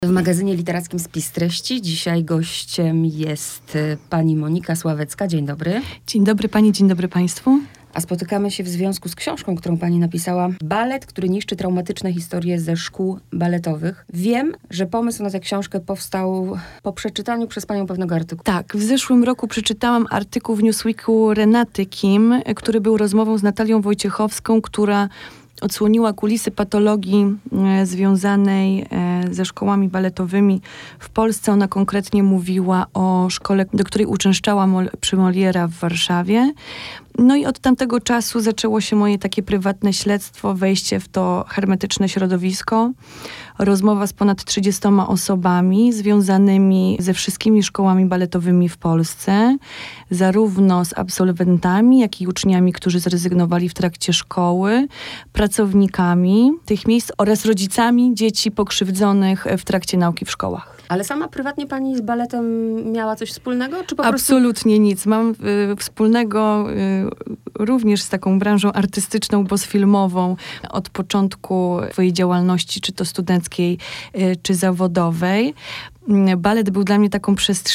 W magazynie literackim Spis Treści dzisiaj gościem jest pani Monika Sławecka. Dzień dobry. Dzień dobry pani, dzień dobry państwu. A spotykamy się w związku z książką, którą pani napisała. Balet, który niszczy traumatyczne historie ze szkół baletowych. Wiem, że pomysł na tę książkę powstał po przeczytaniu przez panią pewnego artykułu. Tak, w zeszłym roku przeczytałam artykuł w Newsweeku Renaty Kim, który był rozmową z Natalią Wojciechowską, która odsłoniła kulisy patologii związanej ze szkołami baletowymi w Polsce. Ona konkretnie mówiła o szkole, do której uczęszczała przy Moliera w Warszawie. No i od tamtego czasu zaczęło się moje takie prywatne śledztwo, wejście w to hermetyczne środowisko, rozmowa z ponad 30 osobami związanymi ze wszystkimi szkołami baletowymi w Polsce, zarówno z absolwentami, jak i uczniami, którzy zrezygnowali w trakcie szkoły, pracownikami tych miejsc oraz rodzicami dzieci pokrzywdzonych w trakcie nauki w szkołach. Ale sama prywatnie pani z baletem miała coś wspólnego? Czy po Absolutnie nic. Mam wspólnego również z taką branżą artystyczną, filmową od początku swojej działalności, czy to studenckiej, czy zawodowej. Balet był dla mnie taką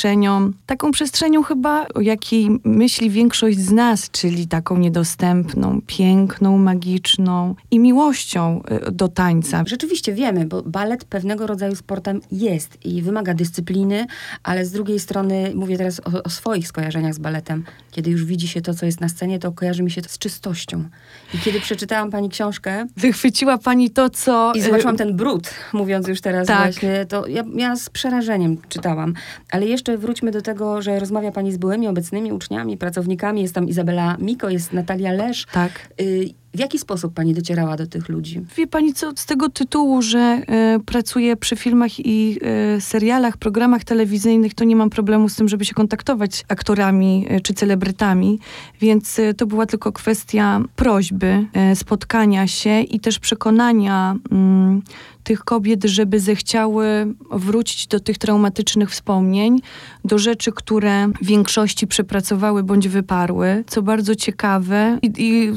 przestrzenią chyba, o jakiej myśli większość z nas, czyli taką niedostępną, piękną, magiczną i miłością do tańca. Rzeczywiście wiemy, bo balet pewnego rodzaju sportem jest i wymaga dyscypliny, ale z drugiej strony mówię teraz o swoich skojarzeniach z baletem. Kiedy już widzi się to, co jest na scenie, to kojarzy mi się to z czystością. I kiedy przeczytałam pani książkę... Wychwyciła pani to, co... I zobaczyłam ten brud, mówiąc już teraz tak. właśnie, to ja z przerażeniem czytałam. Ale jeszcze wróćmy do tego, że rozmawia pani z byłymi, obecnymi uczniami, pracownikami. Jest tam Izabela Miko, jest Natalia Lesz. Tak. W jaki sposób pani docierała do tych ludzi? Wie pani co, z tego tytułu, że pracuję przy filmach i serialach, programach telewizyjnych, to nie mam problemu z tym, żeby się kontaktować z aktorami czy celebrytami, więc to była tylko kwestia prośby, spotkania się i też przekonania tych kobiet, żeby zechciały wrócić do tych traumatycznych wspomnień, do rzeczy, które w większości przepracowały bądź wyparły. Co bardzo ciekawe i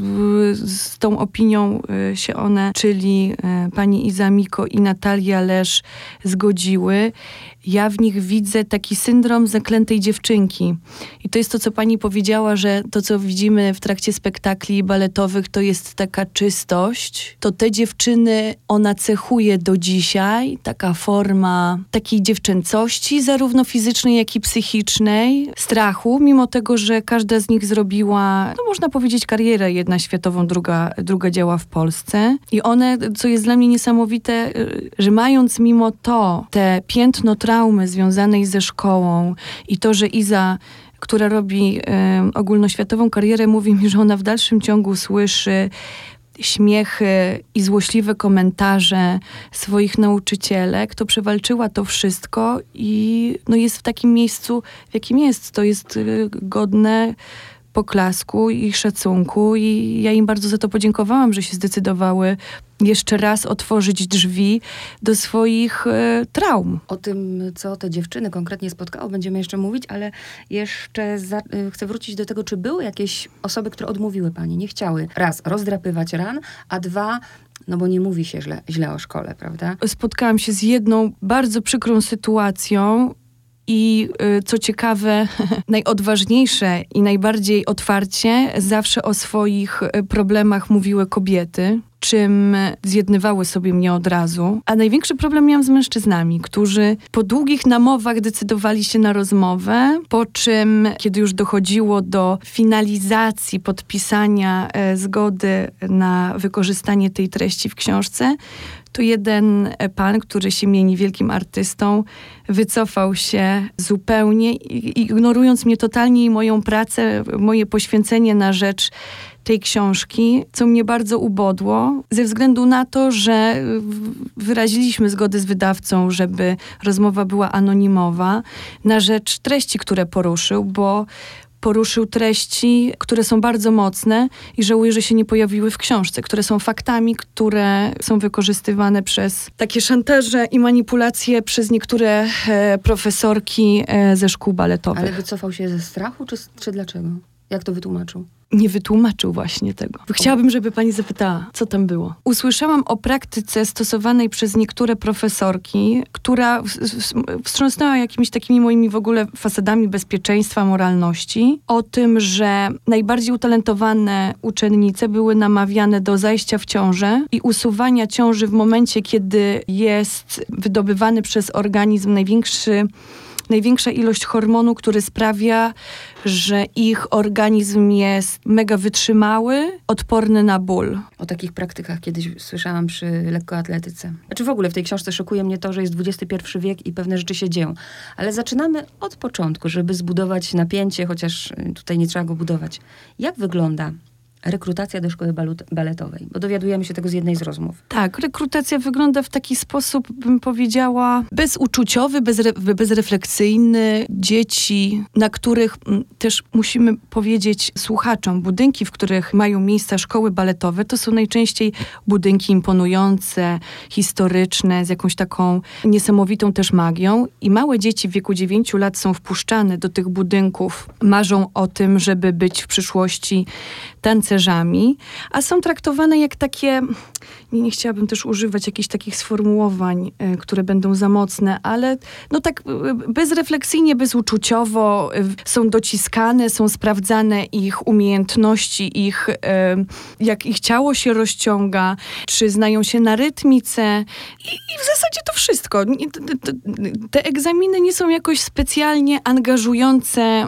z tą opinią się one, czyli pani Iza Miko i Natalia Lesz, zgodziły. Ja w nich widzę taki syndrom zaklętej dziewczynki. I to jest to, co pani powiedziała, że to, co widzimy w trakcie spektakli baletowych, to jest taka czystość. To te dziewczyny ona cechuje do dzisiaj. Taka forma takiej dziewczęcości, zarówno fizycznej, jak i psychicznej. Strachu, mimo tego, że każda z nich zrobiła, no można powiedzieć, karierę. Jedna światową, druga działa w Polsce. I one, co jest dla mnie niesamowite, że mając mimo to te piętno traumy związanej ze szkołą i to, że Iza, która robi ogólnoświatową karierę, mówi mi, że ona w dalszym ciągu słyszy śmiechy i złośliwe komentarze swoich nauczycielek, to przewalczyła to wszystko i no jest w takim miejscu, w jakim jest. To jest godne poklasku i szacunku i ja im bardzo za to podziękowałam, że się zdecydowały jeszcze raz otworzyć drzwi do swoich traum. O tym, co te dziewczyny konkretnie spotkało, będziemy jeszcze mówić, ale jeszcze chcę wrócić do tego, czy były jakieś osoby, które odmówiły pani, nie chciały raz rozdrapywać ran, a dwa, no bo nie mówi się źle o szkole, prawda? Spotkałam się z jedną bardzo przykrą sytuacją, i co ciekawe, najodważniejsze i najbardziej otwarcie zawsze o swoich problemach mówiły kobiety, czym zjednywały sobie mnie od razu. A największy problem miałam z mężczyznami, którzy po długich namowach decydowali się na rozmowę, po czym, kiedy już dochodziło do finalizacji, podpisania zgody na wykorzystanie tej treści w książce, to jeden pan, który się mieni wielkim artystą, wycofał się zupełnie, ignorując mnie totalnie i moją pracę, moje poświęcenie na rzecz tej książki, co mnie bardzo ubodło, ze względu na to, że wyraziliśmy zgodę z wydawcą, żeby rozmowa była anonimowa, na rzecz treści, które poruszył, bo poruszył treści, które są bardzo mocne i żałuję, że się nie pojawiły w książce, które są faktami, które są wykorzystywane przez takie szantaże i manipulacje przez niektóre profesorki ze szkół baletowych. Ale wycofał się ze strachu, czy dlaczego? Jak to wytłumaczył? nie wytłumaczył właśnie tego. Chciałabym, żeby pani zapytała, co tam było. Usłyszałam o praktyce stosowanej przez niektóre profesorki, która wstrząsnęła jakimiś takimi moimi w ogóle fasadami bezpieczeństwa, moralności. O tym, że najbardziej utalentowane uczennice były namawiane do zajścia w ciążę i usuwania ciąży w momencie, kiedy jest wydobywany przez organizm największa ilość hormonu, który sprawia, że ich organizm jest mega wytrzymały, odporny na ból. O takich praktykach kiedyś słyszałam przy lekkoatletyce. Znaczy w ogóle w tej książce szokuje mnie to, że jest XXI wiek i pewne rzeczy się dzieją. Ale zaczynamy od początku, żeby zbudować napięcie, chociaż tutaj nie trzeba go budować. Jak wygląda rekrutacja do szkoły baletowej? Bo dowiadujemy się tego z jednej z rozmów. Tak, rekrutacja wygląda w taki sposób, bym powiedziała, bezuczuciowy, bezrefleksyjny. Dzieci, na których też musimy powiedzieć słuchaczom, budynki, w których mają miejsca szkoły baletowe, to są najczęściej budynki imponujące, historyczne, z jakąś taką niesamowitą też magią. I małe dzieci w wieku 9 lat są wpuszczane do tych budynków, marzą o tym, żeby być w przyszłości tancerzami, a są traktowane jak takie, nie chciałabym też używać jakichś takich sformułowań, które będą za mocne, ale no tak bezrefleksyjnie, bezuczuciowo są dociskane, są sprawdzane ich umiejętności, jak ich ciało się rozciąga, czy znają się na rytmice i w zasadzie to wszystko. Te egzaminy nie są jakoś specjalnie angażujące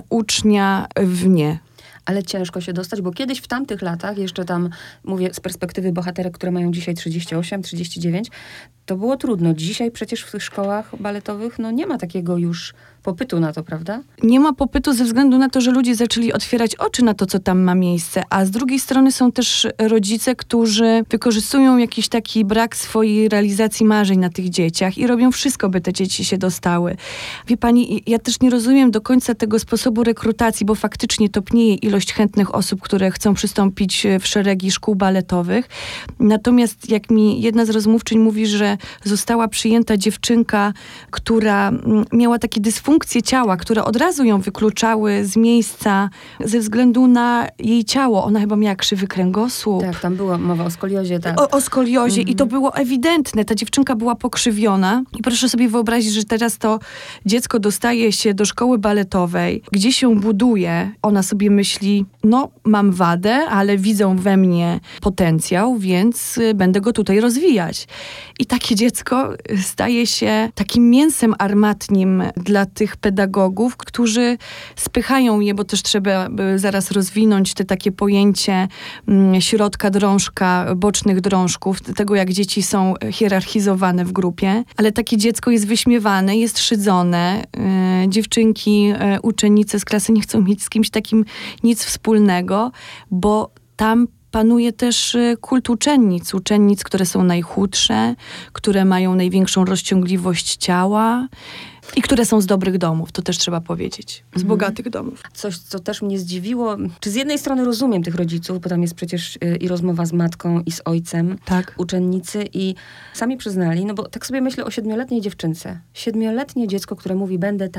ucznia w nie. Ale ciężko się dostać, bo kiedyś w tamtych latach, jeszcze tam mówię z perspektywy bohaterek, które mają dzisiaj 38, 39, to było trudno. Dzisiaj przecież w tych szkołach baletowych nie ma takiego już popytu na to, prawda? Nie ma popytu ze względu na to, że ludzie zaczęli otwierać oczy na to, co tam ma miejsce, a z drugiej strony są też rodzice, którzy wykorzystują jakiś taki brak swojej realizacji marzeń na tych dzieciach i robią wszystko, by te dzieci się dostały. Wie pani, ja też nie rozumiem do końca tego sposobu rekrutacji, bo faktycznie topnieje ilość chętnych osób, które chcą przystąpić w szeregi szkół baletowych. Natomiast jak mi jedna z rozmówczyń mówi, że została przyjęta dziewczynka, która miała takie dysfunkcje ciała, które od razu ją wykluczały z miejsca ze względu na jej ciało. Ona chyba miała krzywy kręgosłup. Tak, tam była mowa o skoliozie. Tak. O skoliozie i to było ewidentne. Ta dziewczynka była pokrzywiona i proszę sobie wyobrazić, że teraz to dziecko dostaje się do szkoły baletowej, gdzie się buduje. Ona sobie myśli, mam wadę, ale widzą we mnie potencjał, więc będę go tutaj rozwijać. I takie dziecko staje się takim mięsem armatnim dla tych pedagogów, którzy spychają je, bo też trzeba zaraz rozwinąć te takie pojęcie środka drążka, bocznych drążków, tego jak dzieci są hierarchizowane w grupie, ale takie dziecko jest wyśmiewane, jest szydzone. Dziewczynki, uczennice z klasy nie chcą mieć z kimś takim nic wspólnego, bo tam panuje też kult uczennic, które są najchudsze, które mają największą rozciągliwość ciała i które są z dobrych domów, to też trzeba powiedzieć, z bogatych domów. Coś, co też mnie zdziwiło, czy z jednej strony rozumiem tych rodziców, bo tam jest przecież i rozmowa z matką i z ojcem uczennicy i sami przyznali, bo tak sobie myślę o 7-letniej dziewczynce. 7-letnie dziecko, które mówi,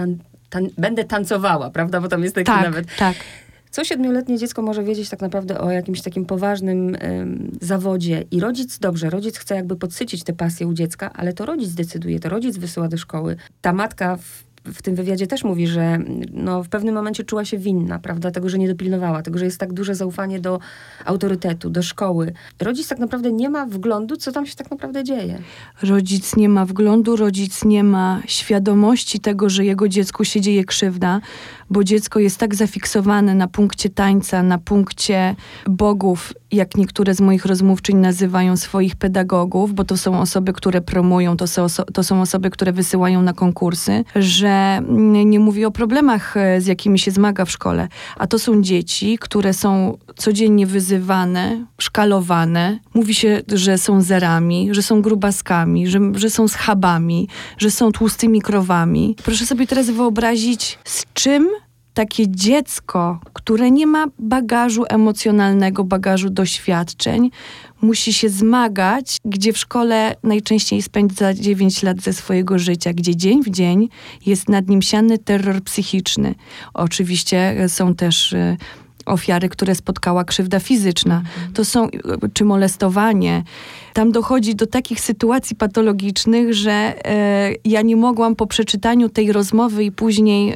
będę tancowała, prawda, bo tam jest taki nawet... Tak. Co 7-letnie dziecko może wiedzieć tak naprawdę o jakimś takim poważnym zawodzie i rodzic chce jakby podsycić tę pasję u dziecka, ale to rodzic decyduje, to rodzic wysyła do szkoły. Ta matka w tym wywiadzie też mówi, że w pewnym momencie czuła się winna, prawda, tego, że nie dopilnowała, tego, że jest tak duże zaufanie do autorytetu, do szkoły. Rodzic tak naprawdę nie ma wglądu, co tam się tak naprawdę dzieje. Rodzic nie ma wglądu, rodzic nie ma świadomości tego, że jego dziecku się dzieje krzywda, bo dziecko jest tak zafiksowane na punkcie tańca, na punkcie bogów, jak niektóre z moich rozmówczyń nazywają swoich pedagogów, bo to są osoby, które promują, to są osoby, które wysyłają na konkursy, że nie mówi o problemach, z jakimi się zmaga w szkole. A to są dzieci, które są codziennie wyzywane, szkalowane. Mówi się, że są zerami, że są grubaskami, że są schabami, że są tłustymi krowami. Proszę sobie teraz wyobrazić, z czym takie dziecko, które nie ma bagażu emocjonalnego, bagażu doświadczeń, musi się zmagać, gdzie w szkole najczęściej spędza 9 lat ze swojego życia, gdzie dzień w dzień jest nad nim siany terror psychiczny. Oczywiście są też ofiary, które spotkała krzywda fizyczna. To są, czy molestowanie. Tam dochodzi do takich sytuacji patologicznych, że ja nie mogłam po przeczytaniu tej rozmowy i później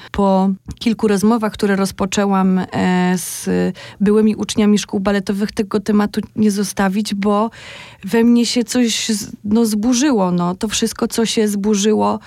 po kilku rozmowach, które rozpoczęłam z byłymi uczniami szkół baletowych, tego tematu nie zostawić, bo we mnie się coś zburzyło. To wszystko, co się zburzyło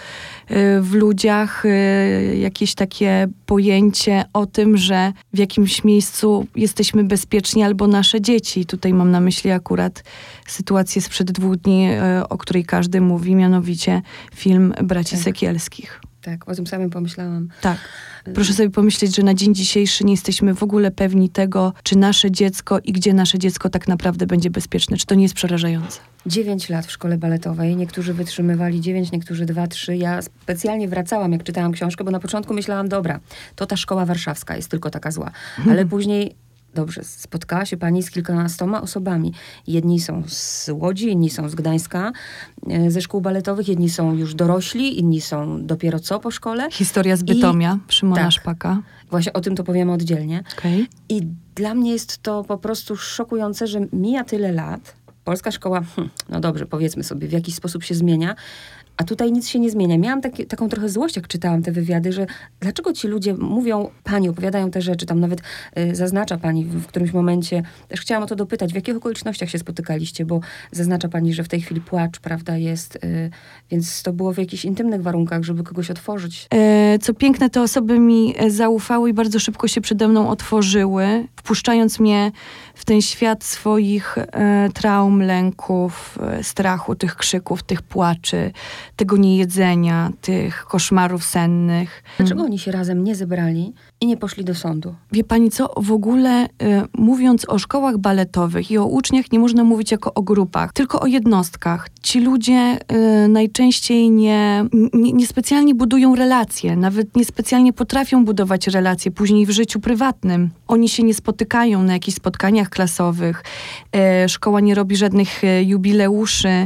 w ludziach, jakieś takie pojęcie o tym, że w jakimś miejscu jesteśmy bezpieczni albo nasze dzieci. Tutaj mam na myśli akurat sytuację sprzed 2 dni, o której każdy mówi, mianowicie film Braci Sekielskich. Tak, o tym samym pomyślałam. Tak. Proszę sobie pomyśleć, że na dzień dzisiejszy nie jesteśmy w ogóle pewni tego, czy nasze dziecko i gdzie nasze dziecko tak naprawdę będzie bezpieczne. Czy to nie jest przerażające? 9 lat w szkole baletowej. Niektórzy wytrzymywali 9, niektórzy 2, 3. Ja specjalnie wracałam, jak czytałam książkę, bo na początku myślałam, dobra, to ta szkoła warszawska jest tylko taka zła. Ale później... Dobrze, spotkała się pani z kilkunastoma osobami. Jedni są z Łodzi, inni są z Gdańska, ze szkół baletowych, jedni są już dorośli, inni są dopiero co po szkole. Historia z Bytomia, Szymona Szpaka. Właśnie o tym to powiemy oddzielnie. Okay. I dla mnie jest to po prostu szokujące, że mija tyle lat. Polska szkoła, no dobrze, powiedzmy sobie, w jakiś sposób się zmienia, a tutaj nic się nie zmienia. Miałam taką trochę złość, jak czytałam te wywiady, że dlaczego ci ludzie mówią, pani opowiadają te rzeczy, tam nawet zaznacza pani w którymś momencie, też chciałam o to dopytać, w jakich okolicznościach się spotykaliście, bo zaznacza pani, że w tej chwili płacz, prawda, jest, więc to było w jakichś intymnych warunkach, żeby kogoś otworzyć. Co piękne, te osoby mi zaufały i bardzo szybko się przede mną otworzyły, wpuszczając mnie w ten świat swoich traum, lęków, strachu, tych krzyków, tych płaczy, tego niejedzenia, tych koszmarów sennych. Dlaczego oni się razem nie zebrali i nie poszli do sądu? Wie pani co, w ogóle mówiąc o szkołach baletowych i o uczniach nie można mówić jako o grupach, tylko o jednostkach. Ci ludzie najczęściej niespecjalnie budują relacje, nawet niespecjalnie potrafią budować relacje później w życiu prywatnym. Oni się nie spotykają na jakichś spotkaniach klasowych, szkoła nie robi żadnych jubileuszy.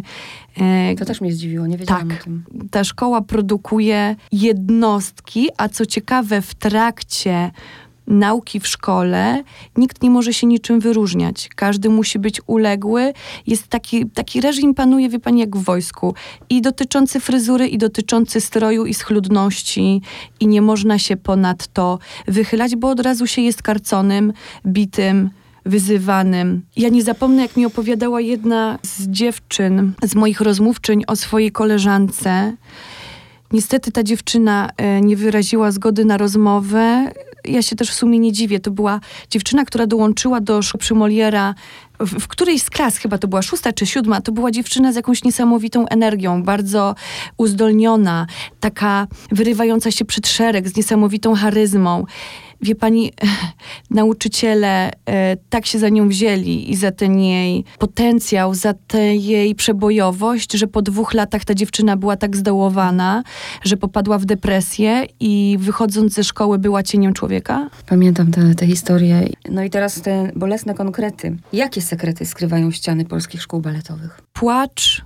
To też mnie zdziwiło, nie wiedziałam o tym. Ta szkoła produkuje jednostki, a co ciekawe, w trakcie nauki w szkole nikt nie może się niczym wyróżniać. Każdy musi być uległy. Jest taki reżim panuje, wie pani, jak w wojsku. I dotyczący fryzury, i dotyczący stroju, i schludności. I nie można się ponad to wychylać, bo od razu się jest karconym, bitym, wyzywanym. Ja nie zapomnę, jak mi opowiadała jedna z dziewczyn, z moich rozmówczyń o swojej koleżance. Niestety ta dziewczyna nie wyraziła zgody na rozmowę. Ja się też w sumie nie dziwię. To była dziewczyna, która dołączyła do szkoły przy Moliera w którejś z klas, chyba to była 6. czy 7. To była dziewczyna z jakąś niesamowitą energią, bardzo uzdolniona, taka wyrywająca się przed szereg, z niesamowitą charyzmą. Wie pani, nauczyciele tak się za nią wzięli i za ten jej potencjał, za tę jej przebojowość, że po 2 latach ta dziewczyna była tak zdołowana, że popadła w depresję i wychodząc ze szkoły była cieniem człowieka. Pamiętam tę historię. No i teraz te bolesne konkrety. Jakie sekrety skrywają ściany polskich szkół baletowych? Płacz,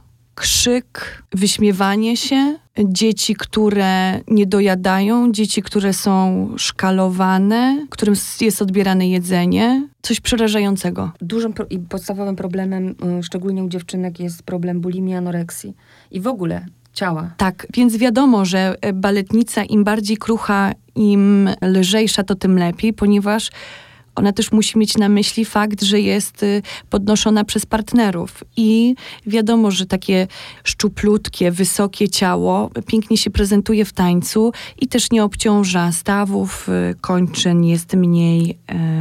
krzyk, wyśmiewanie się, dzieci, które nie dojadają, dzieci, które są szkalowane, którym jest odbierane jedzenie. Coś przerażającego. Dużym i podstawowym problemem, szczególnie u dziewczynek, jest problem bulimii, anoreksji i w ogóle ciała. Tak, więc wiadomo, że baletnica im bardziej krucha, im lżejsza, to tym lepiej, ponieważ ona też musi mieć na myśli fakt, że jest podnoszona przez partnerów. I wiadomo, że takie szczuplutkie, wysokie ciało pięknie się prezentuje w tańcu i też nie obciąża stawów, kończyn, jest mniej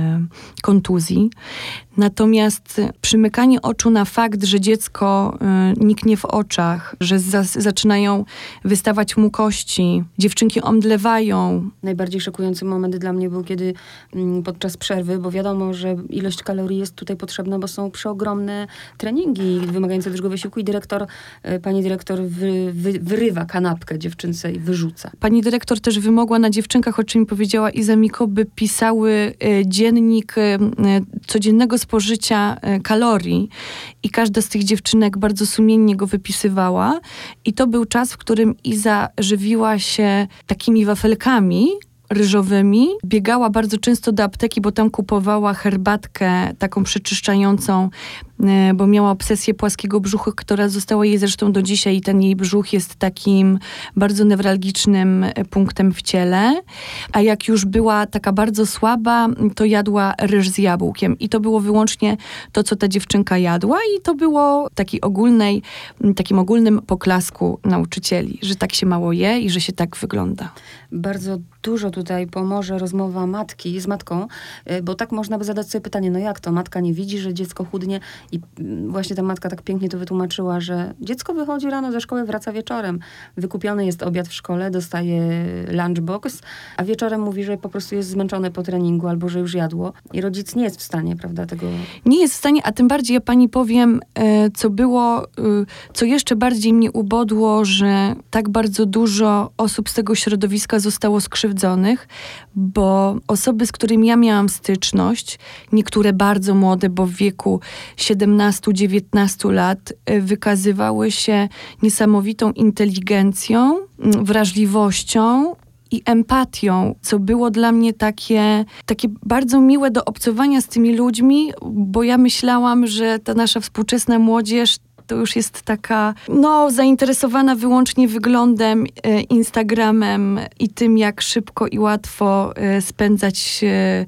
kontuzji. Natomiast przymykanie oczu na fakt, że dziecko niknie w oczach, że zaczynają wystawać mu kości, dziewczynki omdlewają. Najbardziej szokujący moment dla mnie był, kiedy podczas przerwy, bo wiadomo, że ilość kalorii jest tutaj potrzebna, bo są przeogromne treningi wymagające dużego wysiłku i pani dyrektor wyrywa kanapkę dziewczynce i wyrzuca. Pani dyrektor też wymogła na dziewczynkach, o czym powiedziała Iza Miko, by pisały dziennik codziennego spożycia kalorii i każda z tych dziewczynek bardzo sumiennie go wypisywała i to był czas, w którym Iza żywiła się takimi wafelkami, ryżowymi. Biegała bardzo często do apteki, bo tam kupowała herbatkę taką przeczyszczającą, bo miała obsesję płaskiego brzucha, która została jej zresztą do dzisiaj i ten jej brzuch jest takim bardzo newralgicznym punktem w ciele. A jak już była taka bardzo słaba, to jadła ryż z jabłkiem. I to było wyłącznie to, co ta dziewczynka jadła i to było takim ogólnym poklasku nauczycieli, że tak się mało je i że się tak wygląda. Bardzo dużo tutaj pomoże rozmowa matki z matką, bo tak można by zadać sobie pytanie, no jak to? Matka nie widzi, że dziecko chudnie i właśnie ta matka tak pięknie to wytłumaczyła, że dziecko wychodzi rano ze szkoły, wraca wieczorem. Wykupiony jest obiad w szkole, dostaje lunchbox, a wieczorem mówi, że po prostu jest zmęczone po treningu albo że już jadło i rodzic nie jest w stanie, prawda, tego... Nie jest w stanie, a tym bardziej ja pani powiem, co jeszcze bardziej mnie ubodło, że tak bardzo dużo osób z tego środowiska zostało skrzywdzonych, bo osoby, z którymi ja miałam styczność, niektóre bardzo młode, bo w wieku 17-19 lat, wykazywały się niesamowitą inteligencją, wrażliwością i empatią, co było dla mnie takie bardzo miłe do obcowania z tymi ludźmi, bo ja myślałam, że ta nasza współczesna młodzież to już jest taka, zainteresowana wyłącznie wyglądem, Instagramem i tym, jak szybko i łatwo spędzać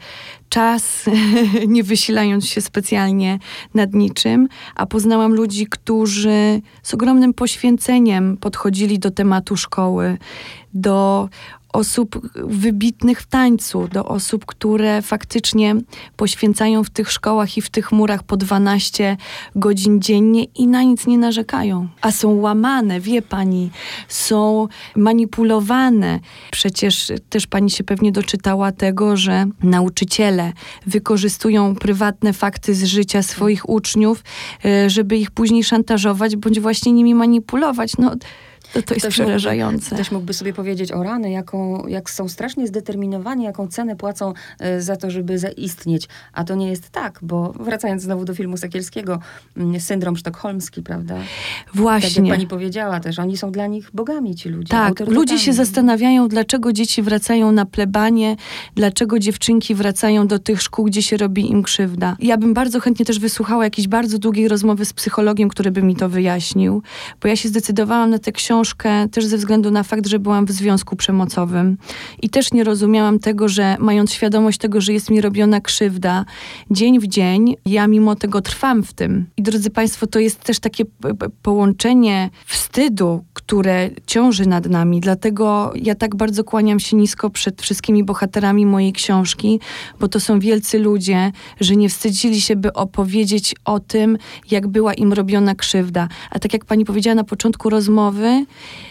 czas, nie wysilając się specjalnie nad niczym, a poznałam ludzi, którzy z ogromnym poświęceniem podchodzili do tematu szkoły, do osób wybitnych w tańcu, do osób, które faktycznie poświęcają w tych szkołach i w tych murach po 12 godzin dziennie i na nic nie narzekają. A są łamane, wie pani, są manipulowane. Przecież też pani się pewnie doczytała tego, że nauczyciele wykorzystują prywatne fakty z życia swoich uczniów, żeby ich później szantażować, bądź właśnie nimi manipulować. To jest przerażające. Ktoś mógłby sobie powiedzieć, o rany, jak są strasznie zdeterminowani, jaką cenę płacą za to, żeby zaistnieć. A to nie jest tak, bo wracając znowu do filmu Sekielskiego, syndrom sztokholmski, prawda? Właśnie. Tak jak pani powiedziała też, oni są dla nich bogami, ci ludzie. Tak, ludzie się zastanawiają, dlaczego dzieci wracają na plebanie, dlaczego dziewczynki wracają do tych szkół, gdzie się robi im krzywda. Ja bym bardzo chętnie też wysłuchała jakiejś bardzo długiej rozmowy z psychologiem, który by mi to wyjaśnił, bo ja się zdecydowałam na tę książkę też ze względu na fakt, że byłam w związku przemocowym i też nie rozumiałam tego, że mając świadomość tego, że jest mi robiona krzywda dzień w dzień, ja mimo tego trwam w tym. I drodzy państwo, to jest też takie połączenie wstydu, które ciąży nad nami. Dlatego ja tak bardzo kłaniam się nisko przed wszystkimi bohaterami mojej książki, bo to są wielcy ludzie, że nie wstydzili się, by opowiedzieć o tym, jak była im robiona krzywda. A tak jak pani powiedziała na początku rozmowy,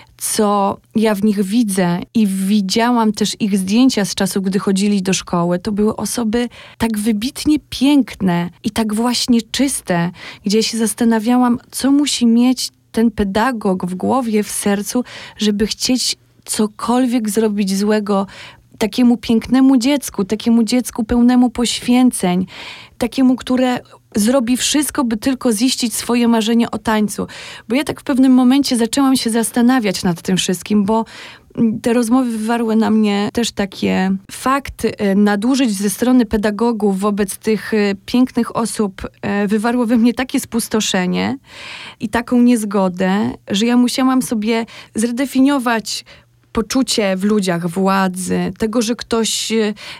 co ja w nich widzę i widziałam też ich zdjęcia z czasów, gdy chodzili do szkoły, to były osoby tak wybitnie piękne i tak właśnie czyste, gdzie się zastanawiałam, co musi mieć ten pedagog w głowie, w sercu, żeby chcieć cokolwiek zrobić złego takiemu pięknemu dziecku pełnemu poświęceń, takiemu, które zrobi wszystko, by tylko ziścić swoje marzenie o tańcu. Bo ja tak w pewnym momencie zaczęłam się zastanawiać nad tym wszystkim, bo te rozmowy wywarły na mnie też takie fakty nadużyć ze strony pedagogów wobec tych pięknych osób, wywarło we mnie takie spustoszenie i taką niezgodę, że ja musiałam sobie zredefiniować poczucie w ludziach władzy, tego, że ktoś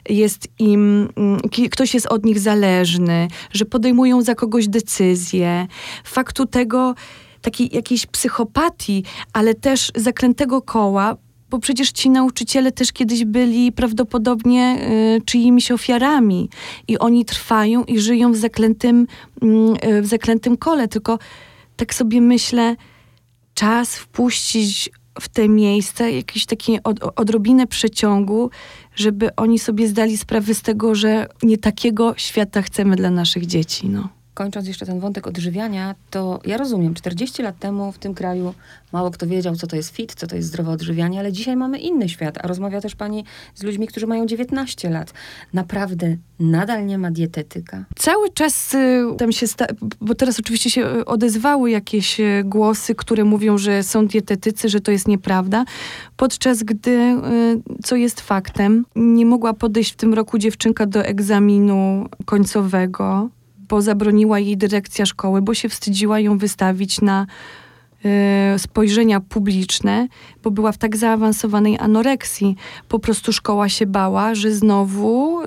jest od nich zależny, że podejmują za kogoś decyzje, faktu tego, takiej jakiejś psychopatii, ale też zaklętego koła, bo przecież ci nauczyciele też kiedyś byli prawdopodobnie czyimiś ofiarami i oni trwają i żyją w zaklętym kole, tylko tak sobie myślę, czas wpuścić w te miejsca jakieś takie odrobinę przeciągu, żeby oni sobie zdali sprawę z tego, że nie takiego świata chcemy dla naszych dzieci. kończąc jeszcze ten wątek odżywiania, to ja rozumiem, 40 lat temu w tym kraju mało kto wiedział, co to jest fit, co to jest zdrowe odżywianie, ale dzisiaj mamy inny świat, a rozmawia też pani z ludźmi, którzy mają 19 lat. Naprawdę nadal nie ma dietetyka. Cały czas tam się, bo teraz oczywiście się odezwały jakieś głosy, które mówią, że są dietetycy, że to jest nieprawda, podczas gdy, co jest faktem, nie mogła podejść w tym roku dziewczynka do egzaminu końcowego, bo zabroniła jej dyrekcja szkoły, bo się wstydziła ją wystawić na spojrzenia publiczne, bo była w tak zaawansowanej anoreksji. Po prostu szkoła się bała, że znowu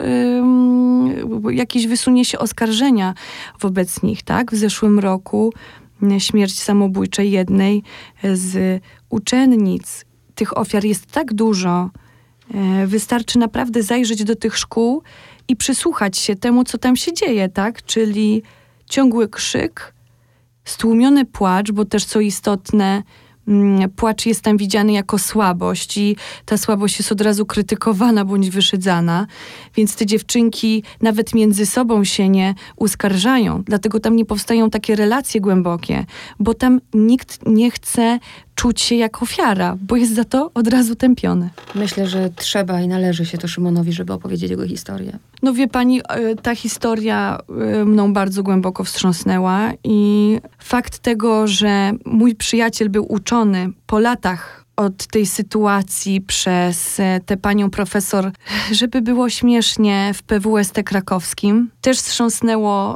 jakieś wysunie się oskarżenia wobec nich, tak? W zeszłym roku śmierć samobójcza jednej z uczennic. Tych ofiar jest tak dużo. Wystarczy naprawdę zajrzeć do tych szkół i przysłuchać się temu, co tam się dzieje, tak? Czyli ciągły krzyk, stłumiony płacz, bo też co istotne, płacz jest tam widziany jako słabość i ta słabość jest od razu krytykowana bądź wyszydzana, więc te dziewczynki nawet między sobą się nie uskarżają. Dlatego tam nie powstają takie relacje głębokie, bo tam nikt nie chce czuć się jak ofiara, bo jest za to od razu tępiony. Myślę, że trzeba i należy się to Szymonowi, żeby opowiedzieć jego historię. No wie pani, ta historia mną bardzo głęboko wstrząsnęła i fakt tego, że mój przyjaciel był uczony po latach od tej sytuacji przez tę panią profesor, żeby było śmiesznie, w PWST krakowskim, też wstrząsnęło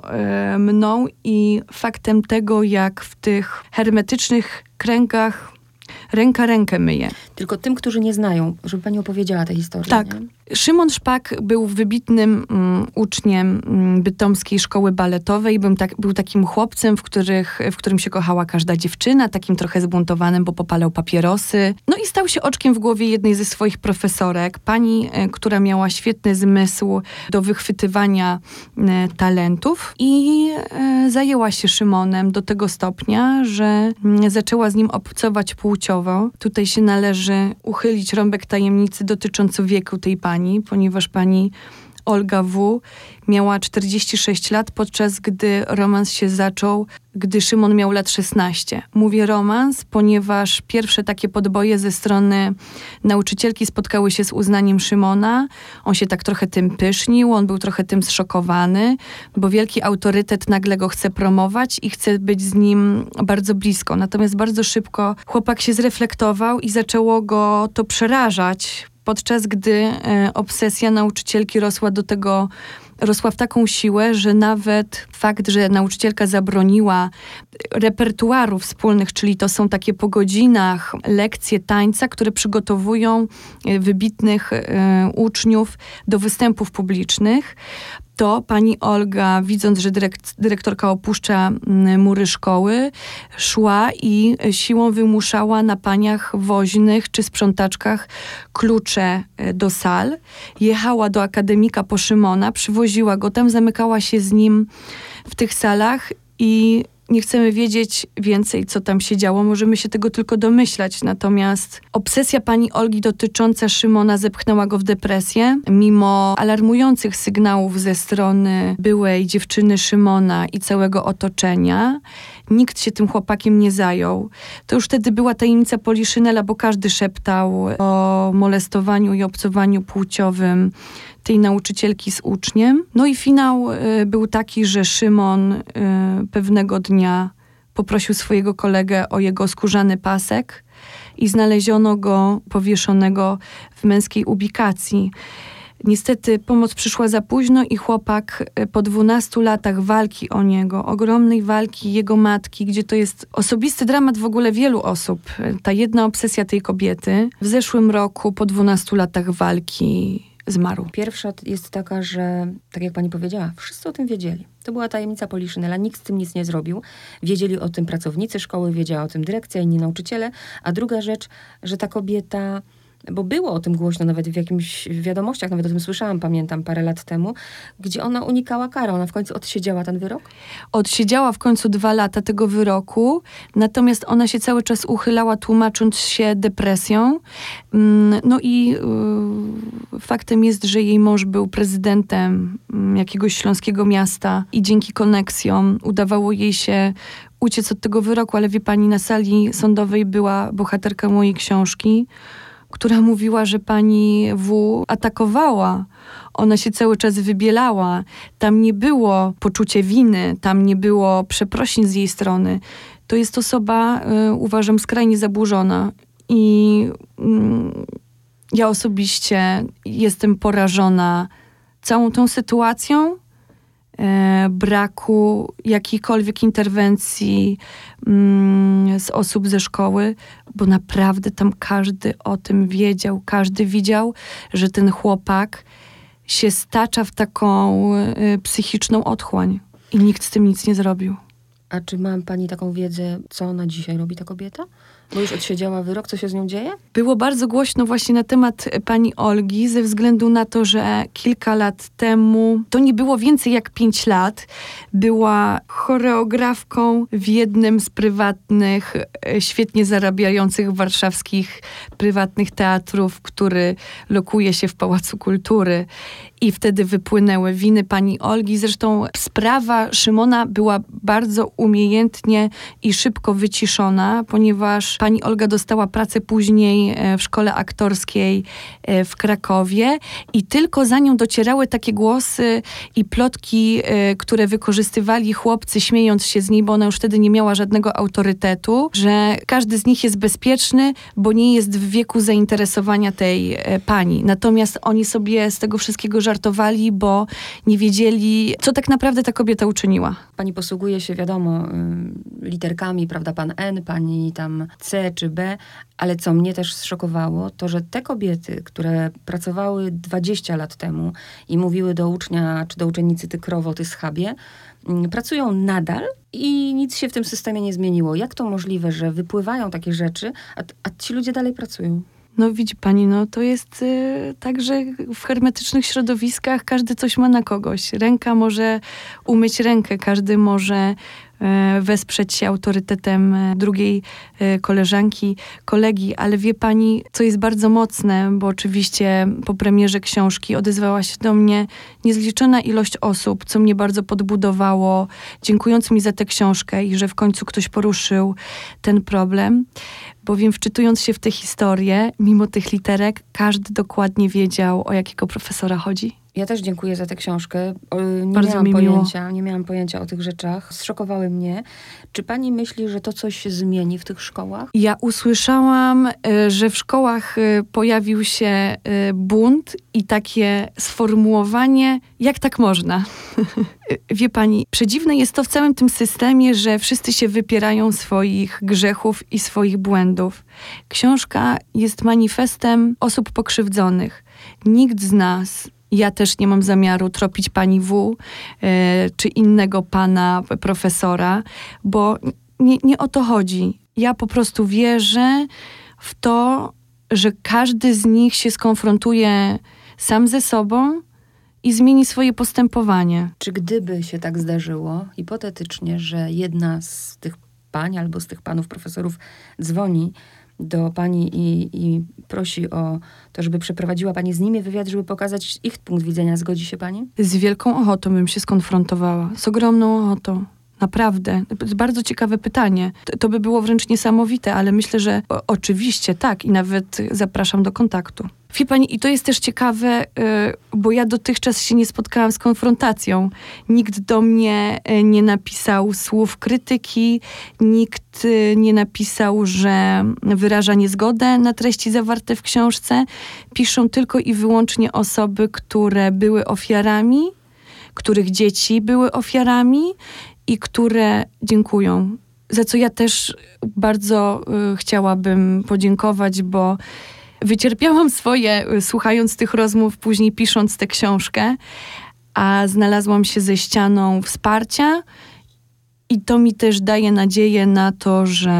mną i faktem tego, jak w tych hermetycznych kręgach ręka rękę myje. Tylko tym, którzy nie znają, żeby pani opowiedziała tę historię. Tak. Nie? Szymon Szpak był wybitnym uczniem bytomskiej szkoły baletowej. Był takim chłopcem, w którym się kochała każda dziewczyna, takim trochę zbuntowanym, bo popalał papierosy. No i stał się oczkiem w głowie jednej ze swoich profesorek, pani, która miała świetny zmysł do wychwytywania talentów i zajęła się Szymonem do tego stopnia, że zaczęła z nim obcować płciowo. Tutaj się należy uchylić rąbek tajemnicy dotyczący wieku tej pani, ponieważ pani Olga W. miała 46 lat, podczas gdy romans się zaczął, gdy Szymon miał lat 16. Mówię romans, ponieważ pierwsze takie podboje ze strony nauczycielki spotkały się z uznaniem Szymona. On się tak trochę tym pysznił, on był trochę tym zszokowany, bo wielki autorytet nagle go chce promować i chce być z nim bardzo blisko. Natomiast bardzo szybko chłopak się zreflektował i zaczęło go to przerażać, podczas gdy obsesja nauczycielki rosła w taką siłę, że nawet fakt, że nauczycielka zabroniła repertuaru wspólnych, czyli to są takie po godzinach lekcje tańca, które przygotowują wybitnych uczniów do występów publicznych, to pani Olga, widząc, że dyrektorka opuszcza mury szkoły, szła i siłą wymuszała na paniach woźnych czy sprzątaczkach klucze do sal. Jechała do akademika po Szymona, przywoziła go tam, zamykała się z nim w tych salach i nie chcemy wiedzieć więcej, co tam się działo. Możemy się tego tylko domyślać. Natomiast obsesja pani Olgi dotycząca Szymona zepchnęła go w depresję. Mimo alarmujących sygnałów ze strony byłej dziewczyny Szymona i całego otoczenia, nikt się tym chłopakiem nie zajął. To już wtedy była tajemnica Poliszynela, bo każdy szeptał o molestowaniu i obcowaniu płciowym tej nauczycielki z uczniem. No i finał był taki, że Szymon pewnego dnia poprosił swojego kolegę o jego skórzany pasek i znaleziono go powieszonego w męskiej ubikacji. Niestety pomoc przyszła za późno i chłopak po 12 latach walki o niego, ogromnej walki jego matki, gdzie to jest osobisty dramat w ogóle wielu osób, ta jedna obsesja tej kobiety, w zeszłym roku po 12 latach walki zmarł. Pierwsza jest taka, że, tak jak pani powiedziała, wszyscy o tym wiedzieli. To była tajemnica Poliszynela, nikt z tym nic nie zrobił. Wiedzieli o tym pracownicy szkoły, wiedziała o tym dyrekcja, inni nauczyciele. A druga rzecz, że ta kobieta bo było o tym głośno nawet w jakimś wiadomościach, nawet o tym słyszałam, pamiętam, parę lat temu, gdzie ona unikała kary. Ona w końcu odsiedziała ten wyrok? Odsiedziała w końcu 2 lata tego wyroku, natomiast ona się cały czas uchylała, tłumacząc się depresją. No i faktem jest, że jej mąż był prezydentem jakiegoś śląskiego miasta i dzięki koneksjom udawało jej się uciec od tego wyroku, ale wie pani, na sali sądowej była bohaterka mojej książki, która mówiła, że pani W. atakowała. Ona się cały czas wybielała. Tam nie było poczucia winy, tam nie było przeprosin z jej strony. To jest osoba, uważam, skrajnie zaburzona. I ja osobiście jestem porażona całą tą sytuacją, braku jakiejkolwiek interwencji z osób ze szkoły, bo naprawdę tam każdy o tym wiedział. Każdy widział, że ten chłopak się stacza w taką psychiczną otchłań i nikt z tym nic nie zrobił. A czy ma pani taką wiedzę, co ona dzisiaj robi, ta kobieta? Bo już odsiedziała wyrok, co się z nią dzieje? Było bardzo głośno właśnie na temat pani Olgi, ze względu na to, że kilka lat temu, to nie było więcej jak 5 lat, była choreografką w jednym z prywatnych, świetnie zarabiających warszawskich prywatnych teatrów, który lokuje się w Pałacu Kultury. I wtedy wypłynęły winy pani Olgi. Zresztą sprawa Szymona była bardzo umiejętnie i szybko wyciszona, ponieważ pani Olga dostała pracę później w szkole aktorskiej w Krakowie i tylko za nią docierały takie głosy i plotki, które wykorzystywali chłopcy, śmiejąc się z niej, bo ona już wtedy nie miała żadnego autorytetu, że każdy z nich jest bezpieczny, bo nie jest w wieku zainteresowania tej pani. Natomiast oni sobie z tego wszystkiego żartowali, bo nie wiedzieli, co tak naprawdę ta kobieta uczyniła. Pani posługuje się, wiadomo, literkami, prawda, pan N, pani tam C czy B, ale co mnie też zszokowało, to że te kobiety, które pracowały 20 lat temu i mówiły do ucznia czy do uczennicy ty krowo, ty schabie, pracują nadal i nic się w tym systemie nie zmieniło. Jak to możliwe, że wypływają takie rzeczy, a ci ludzie dalej pracują? No widzi pani, no to jest tak, że w hermetycznych środowiskach każdy coś ma na kogoś. Ręka może umyć rękę, każdy może wesprzeć się autorytetem drugiej koleżanki, kolegi, ale wie pani, co jest bardzo mocne, bo oczywiście po premierze książki odezwała się do mnie niezliczona ilość osób, co mnie bardzo podbudowało, dziękując mi za tę książkę i że w końcu ktoś poruszył ten problem, bowiem wczytując się w tę historię, mimo tych literek, każdy dokładnie wiedział, o jakiego profesora chodzi. Ja też dziękuję za tę książkę. Bardzo mi miło. Nie miałam pojęcia o tych rzeczach. Zszokowały mnie. Czy pani myśli, że to coś się zmieni w tych szkołach? Ja usłyszałam, że w szkołach pojawił się bunt i takie sformułowanie, jak tak można? Wie pani, przedziwne jest to w całym tym systemie, że wszyscy się wypierają swoich grzechów i swoich błędów. Książka jest manifestem osób pokrzywdzonych. Nikt z nas, ja też nie mam zamiaru tropić pani W. Czy innego pana profesora, bo nie o to chodzi. Ja po prostu wierzę w to, że każdy z nich się skonfrontuje sam ze sobą i zmieni swoje postępowanie. Czy gdyby się tak zdarzyło, hipotetycznie, że jedna z tych pań albo z tych panów profesorów dzwoni do pani i prosi o to, żeby przeprowadziła pani z nimi wywiad, żeby pokazać ich punkt widzenia. Zgodzi się pani? Z wielką ochotą bym się skonfrontowała. Z ogromną ochotą. Naprawdę. To jest bardzo ciekawe pytanie. To by było wręcz niesamowite, ale myślę, że oczywiście tak i nawet zapraszam do kontaktu. Wie pani, i to jest też ciekawe, bo ja dotychczas się nie spotkałam z konfrontacją. Nikt do mnie nie napisał słów krytyki, nikt nie napisał, że wyraża niezgodę na treści zawarte w książce. Piszą tylko i wyłącznie osoby, które były ofiarami, których dzieci były ofiarami i które dziękują. Za co ja też bardzo chciałabym podziękować, bo wycierpiałam swoje, słuchając tych rozmów, później pisząc tę książkę, a znalazłam się ze ścianą wsparcia i to mi też daje nadzieję na to, że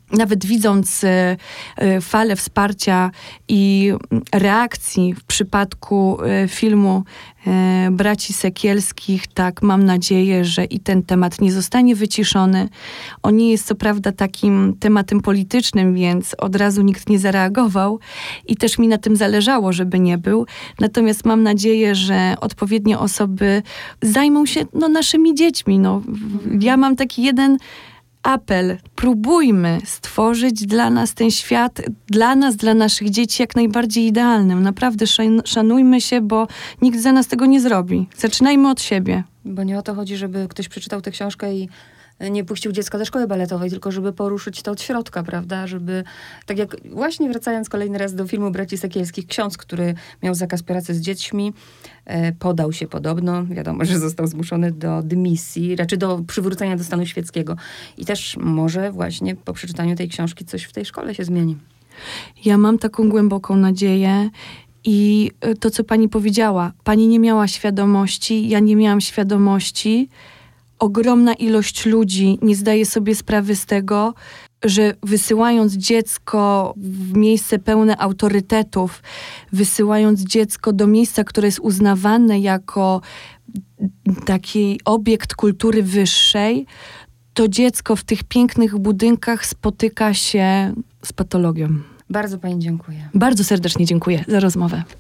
nawet widząc falę wsparcia i reakcji w przypadku filmu braci Sekielskich, tak, mam nadzieję, że i ten temat nie zostanie wyciszony. On nie jest co prawda takim tematem politycznym, więc od razu nikt nie zareagował i też mi na tym zależało, żeby nie był. Natomiast mam nadzieję, że odpowiednie osoby zajmą się naszymi dziećmi. Ja mam taki jeden apel. Próbujmy stworzyć dla nas ten świat, dla nas, dla naszych dzieci jak najbardziej idealnym. Naprawdę szanujmy się, bo nikt za nas tego nie zrobi. Zaczynajmy od siebie. Bo nie o to chodzi, żeby ktoś przeczytał tę książkę i nie puścił dziecka do szkoły baletowej, tylko żeby poruszyć to od środka, prawda? Żeby, tak jak właśnie wracając kolejny raz do filmu braci Sekielskich, ksiądz, który miał zakaz pracy z dziećmi, podał się podobno, wiadomo, że został zmuszony do dymisji, raczej do przywrócenia do stanu świeckiego. I też może właśnie po przeczytaniu tej książki coś w tej szkole się zmieni. Ja mam taką głęboką nadzieję. I to, co pani powiedziała, pani nie miała świadomości, ja nie miałam świadomości. Ogromna ilość ludzi nie zdaje sobie sprawy z tego, że wysyłając dziecko w miejsce pełne autorytetów, wysyłając dziecko do miejsca, które jest uznawane jako taki obiekt kultury wyższej, to dziecko w tych pięknych budynkach spotyka się z patologią. Bardzo pani dziękuję. Bardzo serdecznie dziękuję za rozmowę.